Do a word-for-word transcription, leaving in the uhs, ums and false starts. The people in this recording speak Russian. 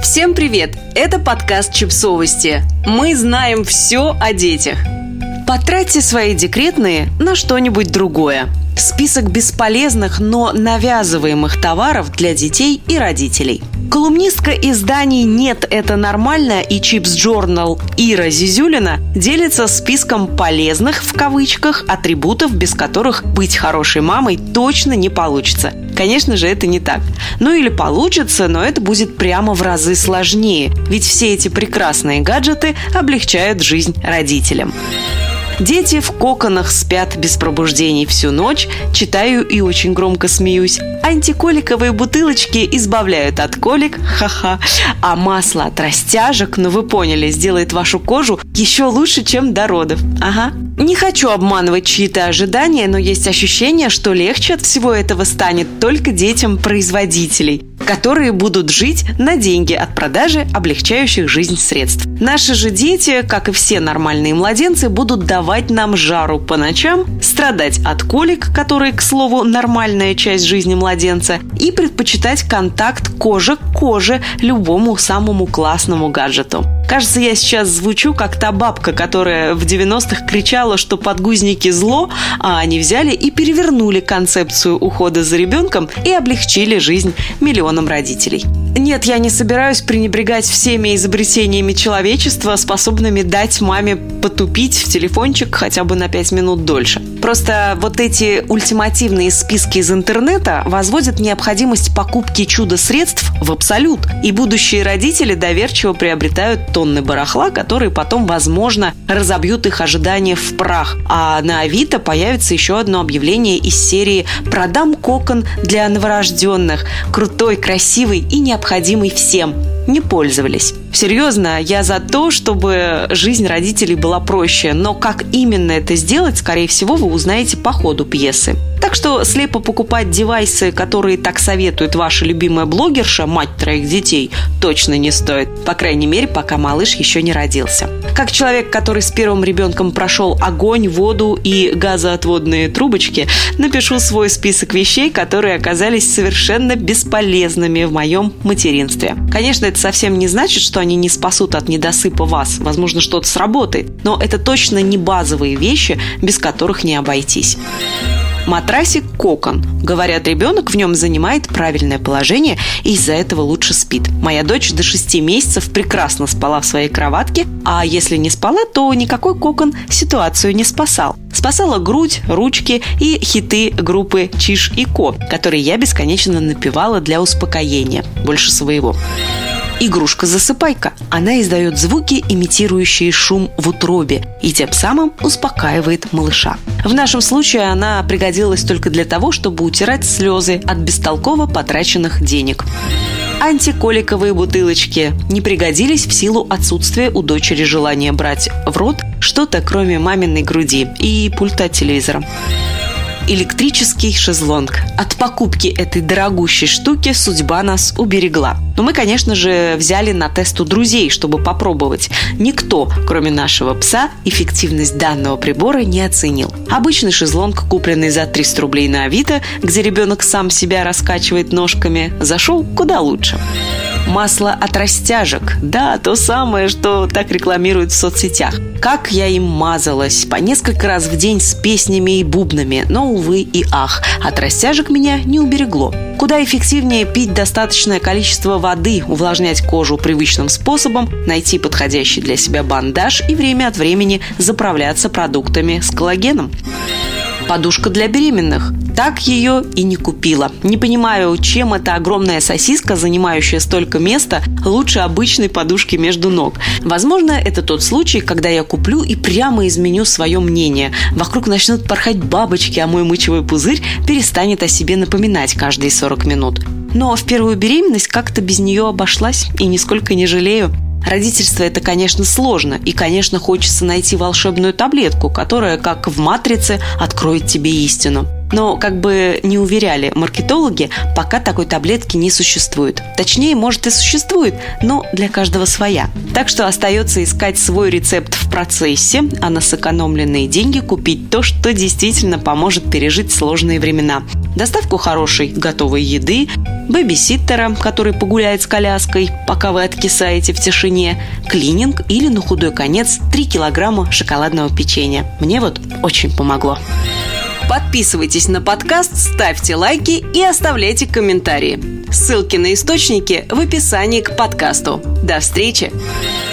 Всем привет! Это подкаст «Чипсовости». Мы знаем все о детях. Потратьте свои декретные на что-нибудь другое. Список бесполезных, но навязываемых товаров для детей и родителей. Колумнистка изданий «Нет, это нормально» и Chips Journal Ира Зизюлина делится списком полезных, в кавычках, атрибутов, без которых быть хорошей мамой точно не получится. Конечно же, это не так. Ну или получится, но это будет прямо в разы сложнее, ведь все эти прекрасные гаджеты облегчают жизнь родителям. Дети в коконах спят без пробуждений всю ночь, читаю и очень громко смеюсь. Антиколиковые бутылочки избавляют от колик, ха-ха. А масло от растяжек, ну вы поняли, сделает вашу кожу еще лучше, чем до родов. Ага. Не хочу обманывать чьи-то ожидания, но есть ощущение, что легче от всего этого станет только детям производителей, которые будут жить на деньги от продажи облегчающих жизнь средств. Наши же дети, как и все нормальные младенцы, будут давать нам жару по ночам, страдать от колик, которые, к слову, нормальная часть жизни младенца, и предпочитать контакт кожи к коже любому самому классному гаджету. Кажется, я сейчас звучу как та бабка, которая в девяностых кричала, что подгузники зло, а они взяли и перевернули концепцию ухода за ребенком и облегчили жизнь миллионам родителей. Нет, я не собираюсь пренебрегать всеми изобретениями человечества, способными дать маме потупить в телефончик хотя бы на пять минут дольше. Просто вот эти ультимативные списки из интернета возводят необходимость покупки чудо-средств в абсолют, и будущие родители доверчиво приобретают тонны барахла, которые потом, возможно, разобьют их ожидания в прах. А на Авито появится еще одно объявление из серии «Продам кокон для новорожденных. Крутой, красивый и необходимый всем. Не пользовались». Серьезно, я за то, чтобы жизнь родителей была проще, но как именно это сделать, скорее всего, вы узнаете по ходу пьесы. Так что слепо покупать девайсы, которые так советует ваша любимая блогерша, мать троих детей, точно не стоит. По крайней мере, пока малыш еще не родился. Как человек, который с первым ребенком прошел огонь, воду и газоотводные трубочки, напишу свой список вещей, которые оказались совершенно бесполезными в моем материнстве. Конечно, это совсем не значит, что они не спасут от недосыпа вас. Возможно, что-то сработает. Но это точно не базовые вещи, без которых не обойтись. Матрасик кокон. Говорят, ребенок в нем занимает правильное положение и из-за этого лучше спит. Моя дочь до шести месяцев прекрасно спала в своей кроватке, а если не спала, то никакой кокон ситуацию не спасал. Спасала грудь, ручки и хиты группы Чиж и Ко, которые я бесконечно напевала для успокоения. Больше своего. Игрушка-засыпайка. Она издает звуки, имитирующие шум в утробе, и тем самым успокаивает малыша. В нашем случае она пригодилась только для того, чтобы утирать слезы от бестолково потраченных денег. Антиколиковые бутылочки не пригодились в силу отсутствия у дочери желания брать в рот что-то, кроме маминой груди и пульта от телевизора. Электрический шезлонг. От покупки этой дорогущей штуки судьба нас уберегла. Но мы, конечно же, взяли на тест у друзей, чтобы попробовать. Никто, кроме нашего пса, эффективность данного прибора не оценил. Обычный шезлонг, купленный за триста рублей на Авито, где ребенок сам себя раскачивает ножками, зашел куда лучше. Масло от растяжек. Да, то самое, что так рекламируют в соцсетях. Как я им мазалась. По несколько раз в день с песнями и бубнами. Но, увы и ах, от растяжек меня не уберегло. Куда эффективнее пить достаточное количество воды, увлажнять кожу привычным способом, найти подходящий для себя бандаж и время от времени заправляться продуктами с коллагеном. Подушка для беременных. Так ее и не купила. Не понимаю, чем эта огромная сосиска, занимающая столько места, лучше обычной подушки между ног. Возможно, это тот случай, когда я куплю и прямо изменю свое мнение. Вокруг начнут порхать бабочки, а мой мочевой пузырь перестанет о себе напоминать каждые сорок минут. Но в первую беременность как-то без нее обошлась и нисколько не жалею. Родительство – это, конечно, сложно, и, конечно, хочется найти волшебную таблетку, которая, как в «Матрице», откроет тебе истину. Но, как бы не уверяли маркетологи, пока такой таблетки не существует. Точнее, может и существует, но для каждого своя. Так что остается искать свой рецепт в процессе, а на сэкономленные деньги купить то, что действительно поможет пережить сложные времена. Доставку хорошей готовой еды, бэбиситтера, который погуляет с коляской, пока вы откисаете в тишине, клининг или, на худой конец, три килограмма шоколадного печенья. Мне вот очень помогло. Подписывайтесь на подкаст, ставьте лайки и оставляйте комментарии. Ссылки на источники в описании к подкасту. До встречи!